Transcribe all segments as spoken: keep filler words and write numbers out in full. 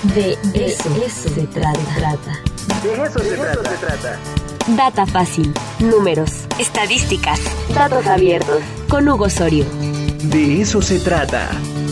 De eso, eso se trata. De eso, se, de eso se trata. Data fácil, números, estadísticas, datos abiertos. Con Hugo Osorio. De eso se trata.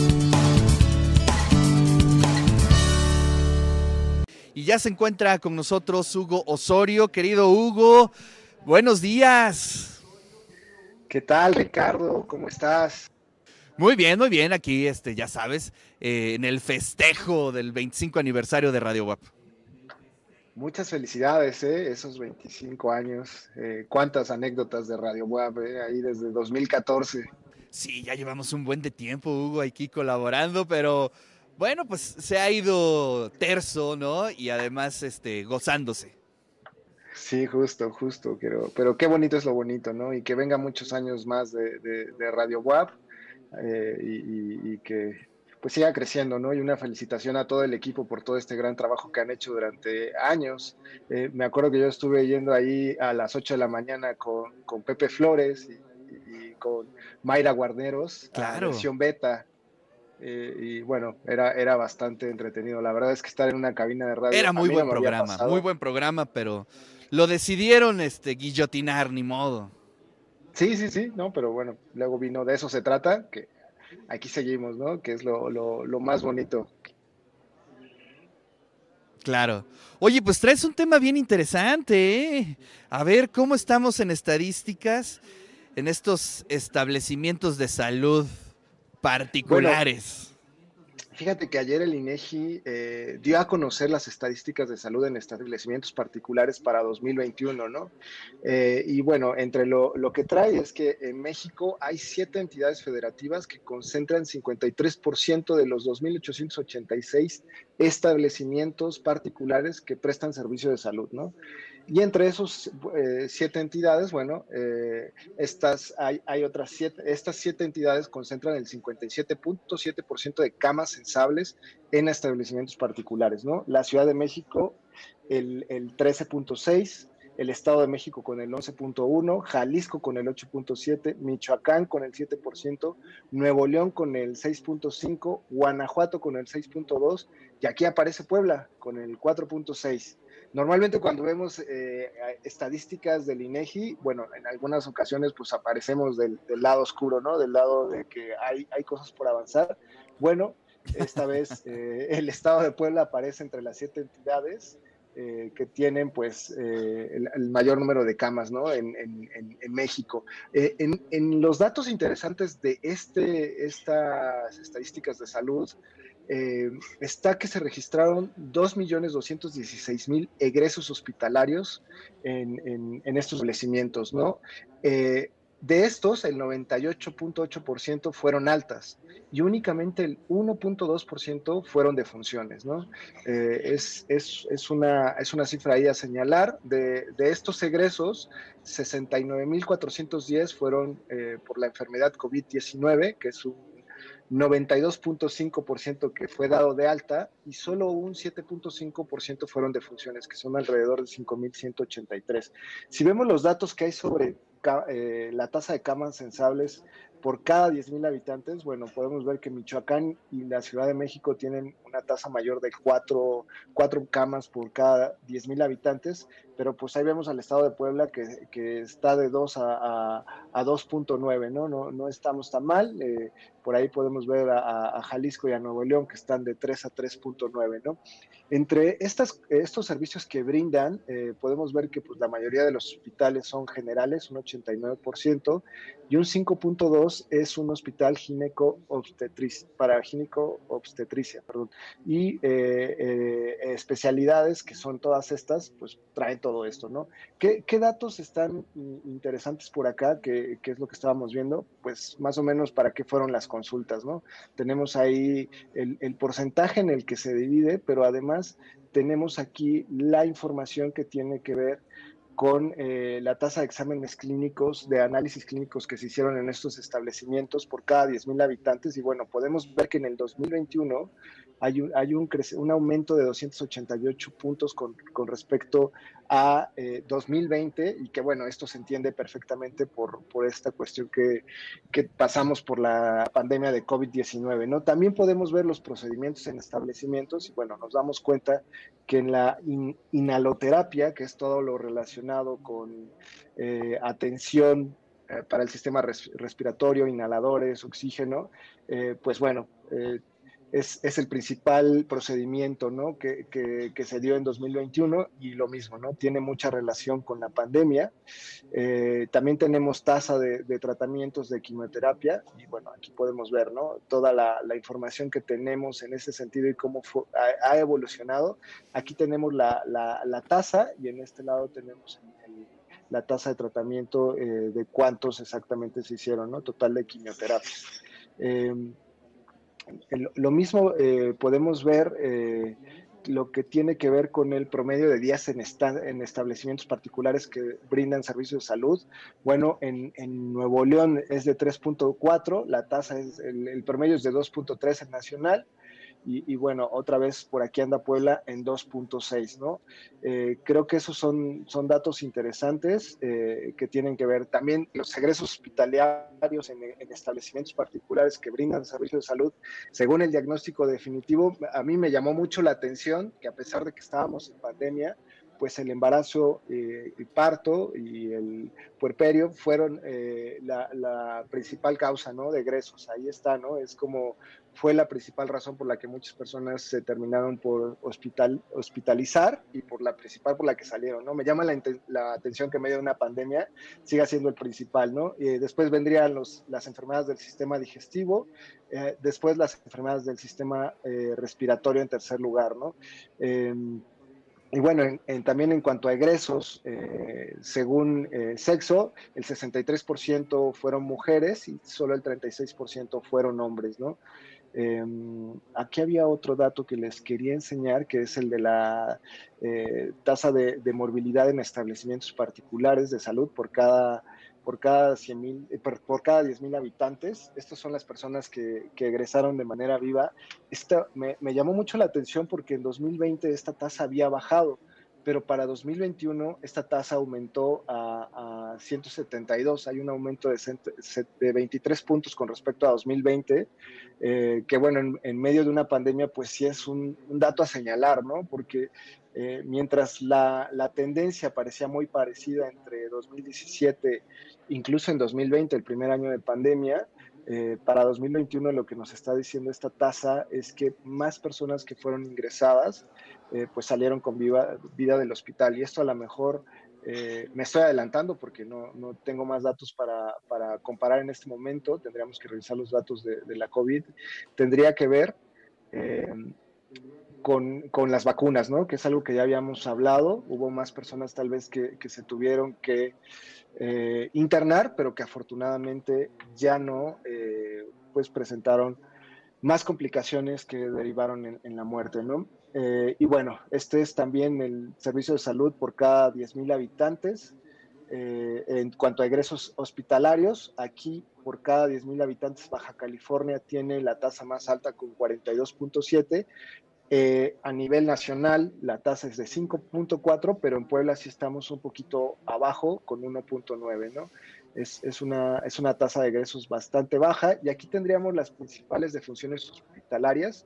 Y ya se encuentra con nosotros Hugo Osorio. Querido Hugo, buenos días. ¿Qué tal, Ricardo? ¿Cómo estás? Muy bien, muy bien. Aquí, este, ya sabes, eh, en el festejo del veinticinco aniversario de Radio W A P. Muchas felicidades, ¿eh? Esos veinticinco años. Eh, ¿Cuántas anécdotas de Radio W A P, eh? Ahí desde dos mil catorce? Sí, ya llevamos un buen de tiempo, Hugo, aquí colaborando, pero bueno, pues se ha ido terso, ¿no? Y además, este, gozándose. Sí, justo, justo. Pero, pero qué bonito es lo bonito, ¿no? Y que venga muchos años más de, de, de Radio W A P eh, y, y, y que pues siga creciendo, ¿no? Y una felicitación a todo el equipo por todo este gran trabajo que han hecho durante años. Eh, me acuerdo que yo estuve yendo ahí a las ocho de la mañana con, con Pepe Flores y, y con Mayra Guarneros a Claro. versión beta. Eh, y bueno, era, era bastante entretenido. La verdad es que estar en una cabina de radio Era a muy mí no buen me había programa, pasado. muy buen programa, pero lo decidieron este, guillotinar, ni modo. Sí, sí, sí, no, pero bueno, luego vino De eso se trata, que aquí seguimos, ¿no? Que es lo, lo, lo más bonito. Claro. Oye, pues traes un tema bien interesante, ¿eh? A ver, ¿cómo estamos en estadísticas en estos establecimientos de salud Bueno, particulares? fíjate que ayer el INEGI eh, dio a conocer las estadísticas de salud en establecimientos particulares para dos mil veintiuno, ¿no? Eh, y bueno, entre lo, lo que trae es que en México hay siete entidades federativas que concentran cincuenta y tres por ciento de los dos mil ochocientos ochenta y seis establecimientos particulares que prestan servicio de salud, ¿no? Y entre esos eh, siete entidades, bueno, eh, estas, hay, hay otras siete, estas siete entidades concentran el cincuenta y siete punto siete por ciento de camas sensables en establecimientos particulares, ¿no? La Ciudad de México, el, el trece punto seis, el Estado de México con el once punto uno, Jalisco con el ocho punto siete, Michoacán con el siete por ciento, Nuevo León con el seis punto cinco, Guanajuato con el seis punto dos y aquí aparece Puebla con el cuatro punto seis. Normalmente cuando vemos eh, estadísticas del INEGI, bueno, en algunas ocasiones pues aparecemos del, del lado oscuro, ¿no? Del lado de que hay, hay cosas por avanzar. Bueno, esta vez eh, el Estado de Puebla aparece entre las siete entidades eh, que tienen pues eh, el, el, mayor número de camas, ¿no? En, en, en México. Eh, en, en los datos interesantes de este, estas estadísticas de salud, Eh, está que se registraron dos millones doscientos dieciséis mil egresos hospitalarios en, en, en estos establecimientos, ¿no? Eh, de estos, el noventa y ocho punto ocho por ciento fueron altas y únicamente el uno punto dos por ciento fueron defunciones, ¿no? Eh, es, es, es, una, es una cifra ahí a señalar. De, de estos egresos, sesenta y nueve mil cuatrocientos diez fueron eh, por la enfermedad COVID diecinueve, que es un noventa y dos punto cinco por ciento que fue dado de alta y solo un siete punto cinco por ciento fueron defunciones, que son alrededor de cinco mil ciento ochenta y tres. Si vemos los datos que hay sobre eh, la tasa de camas sensables por cada diez mil habitantes, bueno, podemos ver que Michoacán y la Ciudad de México tienen una tasa mayor de cuatro camas por cada diez mil habitantes, pero pues ahí vemos al estado de Puebla que, que está de dos a, a, a dos punto nueve, ¿no? ¿no? No estamos tan mal. Eh, por ahí podemos ver a, a, Jalisco y a Nuevo León que están de tres a tres punto nueve, ¿no? Entre estas, estos servicios que brindan, eh, podemos ver que pues, la mayoría de los hospitales son generales, un ochenta y nueve por ciento, y un cinco punto dos es un hospital gineco-obstetricia, para gineco-obstetricia, perdón. Y eh, eh, especialidades, que son todas estas, pues traen todo esto, ¿no? ¿Qué, qué datos están interesantes por acá? ¿Qué, ¿Qué es lo que estábamos viendo? Pues más o menos para qué fueron las consultas, ¿no? Tenemos ahí el, el porcentaje en el que se divide, pero además tenemos aquí la información que tiene que ver con eh, la tasa de exámenes clínicos, de análisis clínicos que se hicieron en estos establecimientos por cada diez mil habitantes. Y bueno, podemos ver que en el dos mil veintiuno, hay un, hay un, crece, un aumento de doscientos ochenta y ocho puntos con, con respecto a eh, dos mil veinte, y que bueno, esto se entiende perfectamente por, por esta cuestión que, que pasamos por la pandemia de COVID diecinueve, ¿no? También podemos ver los procedimientos en establecimientos y bueno, nos damos cuenta que en la in, inhaloterapia, que es todo lo relacionado con eh, atención eh, para el sistema res, respiratorio, inhaladores, oxígeno, eh, pues bueno, eh, es, es, el principal procedimiento, ¿no? que, que, que, se dio en dos mil veintiuno, y lo mismo, ¿no? Tiene mucha relación con la pandemia. Eh, también tenemos tasa de, de tratamientos de quimioterapia, y bueno, aquí podemos ver, ¿no? Toda la, la información que tenemos en ese sentido y cómo fue, ha, ha, evolucionado. Aquí tenemos la, la, la tasa, y en este lado tenemos el, el, la tasa de tratamiento eh, de cuántos exactamente se hicieron, ¿no? Total de quimioterapias. Eh, Lo mismo eh, podemos ver eh, lo que tiene que ver con el promedio de días en, esta, en establecimientos particulares que brindan servicios de salud. Bueno, en, en Nuevo León es de tres punto cuatro, la tasa es, el, el promedio es de dos punto tres en nacional. Y, y bueno, otra vez por aquí anda Puebla en dos punto seis, ¿no? Eh, creo que esos son, son datos interesantes eh, que tienen que ver también los egresos hospitalarios en, en establecimientos particulares que brindan servicios de salud. Según el diagnóstico definitivo, a mí me llamó mucho la atención que a pesar de que estábamos en pandemia, pues el embarazo, eh, el parto y el puerperio fueron eh, la, la principal causa, ¿no? De egresos. Ahí está, ¿no? Es como fue la principal razón por la que muchas personas se terminaron por hospital, hospitalizar, y por la principal por la que salieron, ¿no? Me llama la, la atención que en medio de una pandemia siga siendo el principal, ¿no? Y después vendrían los, las enfermedades del sistema digestivo, eh, después las enfermedades del sistema eh, respiratorio en tercer lugar, ¿no? Eh, Y bueno, en, en, también en cuanto a egresos, eh, según eh, sexo, el sesenta y tres por ciento fueron mujeres y solo el treinta y seis por ciento fueron hombres, ¿no? Eh, aquí había otro dato que les quería enseñar, que es el de la eh, tasa de, de morbilidad en establecimientos particulares de salud por cada, por cada, cien mil, por, por cada diez mil habitantes. Estas son las personas que, que egresaron de manera viva. Esta me, me llamó mucho la atención porque en dos mil veinte esta tasa había bajado, pero para dos mil veintiuno esta tasa aumentó a, a ciento setenta y dos, hay un aumento de, de veintitrés puntos con respecto a dos mil veinte, eh, que bueno, en, en medio de una pandemia pues sí es un, un dato a señalar, ¿no? Porque eh, mientras la, la tendencia parecía muy parecida entre dos mil diecisiete, incluso en dos mil veinte, el primer año de pandemia, Eh, para dos mil veintiuno lo que nos está diciendo esta tasa es que más personas que fueron ingresadas eh, pues salieron con viva, vida del hospital, y esto a lo mejor eh, me estoy adelantando porque no, no tengo más datos para, para comparar en este momento, tendríamos que revisar los datos de, de la COVID, tendría que ver eh, con, con las vacunas, ¿no? Que es algo que ya habíamos hablado, hubo más personas tal vez que, que se tuvieron que Eh, internar, pero que afortunadamente ya no, eh, pues presentaron más complicaciones que derivaron en, en la muerte, ¿no? Eh, y bueno, este es también el servicio de salud por cada diez mil habitantes. Eh, en cuanto a egresos hospitalarios, aquí por cada diez mil habitantes Baja California tiene la tasa más alta con cuarenta y dos punto siete. Eh, a nivel nacional la tasa es de cinco punto cuatro, pero en Puebla sí estamos un poquito abajo con uno punto nueve, ¿no? Es, es, una, es una tasa de egresos bastante baja, y aquí tendríamos las principales defunciones hospitalarias.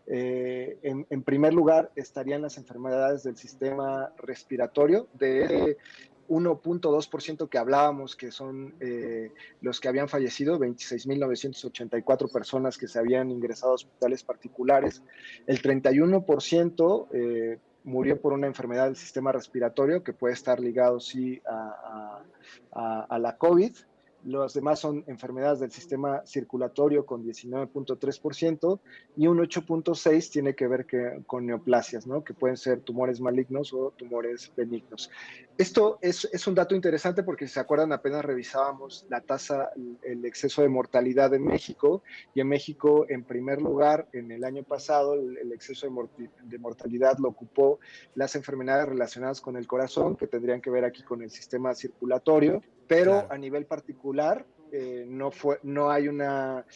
Eh, en, en primer lugar estarían las enfermedades del sistema respiratorio, de uno punto dos por ciento que hablábamos, que son eh, los que habían fallecido, veintiséis mil novecientas ochenta y cuatro personas que se habían ingresado a hospitales particulares. El treinta y uno por ciento eh, murió por una enfermedad del sistema respiratorio, que puede estar ligado, sí, a, a, a la COVID. Los demás son enfermedades del sistema circulatorio con diecinueve punto tres por ciento, y un ocho punto seis por ciento tiene que ver que, con neoplasias, ¿no? Que pueden ser tumores malignos o tumores benignos. Esto es, es un dato interesante porque, si se acuerdan, apenas revisábamos la tasa, el exceso de mortalidad en México, y en México, en primer lugar, en el año pasado, el, el exceso de, morti, de mortalidad lo ocupó las enfermedades relacionadas con el corazón, que tendrían que ver aquí con el sistema circulatorio, pero claro, a nivel particular eh, no, fue, no hay una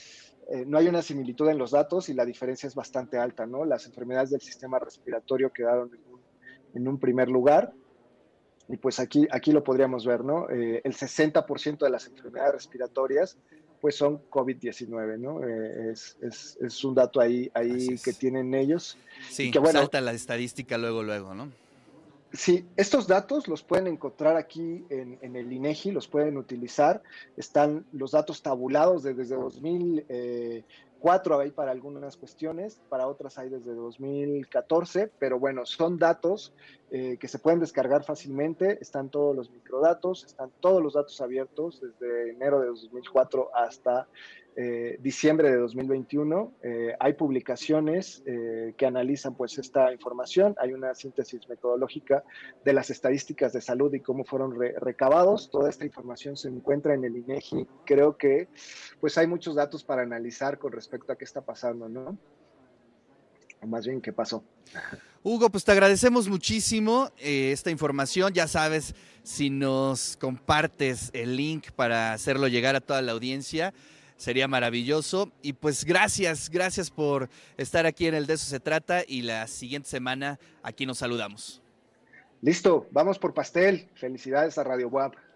eh, no hay una similitud en los datos y la diferencia es bastante alta, ¿no? Las enfermedades del sistema respiratorio quedaron en un, en un primer lugar. Y pues aquí, aquí lo podríamos ver, ¿no? Eh, el sesenta por ciento de las enfermedades respiratorias pues son COVID diecinueve, ¿no? Eh, es, es, es, un dato ahí, ahí que tienen ellos. Sí, y que, bueno, salta la estadística luego, luego, ¿no? Sí, estos datos los pueden encontrar aquí en, en el INEGI, los pueden utilizar. Están los datos tabulados de, desde dos mil cuatro ahí para algunas cuestiones, para otras hay desde dos mil catorce, pero bueno, son datos eh, que se pueden descargar fácilmente. Están todos los microdatos, están todos los datos abiertos desde enero de dos mil cuatro hasta eh, diciembre de dos mil veintiuno. Eh, hay publicaciones eh, que analizan pues esta información. Hay una síntesis metodológica de las estadísticas de salud y cómo fueron re recabados. Toda esta información se encuentra en el INEGI. Creo que pues hay muchos datos para analizar con respecto a qué está pasando, ¿no? O más bien, ¿qué pasó? Hugo, pues te agradecemos muchísimo eh, esta información. Ya sabes, si nos compartes el link para hacerlo llegar a toda la audiencia, sería maravilloso. Y pues gracias, gracias por estar aquí en el De Eso Se Trata, y la siguiente semana aquí nos saludamos. Listo, vamos por pastel. Felicidades a Radio W A P.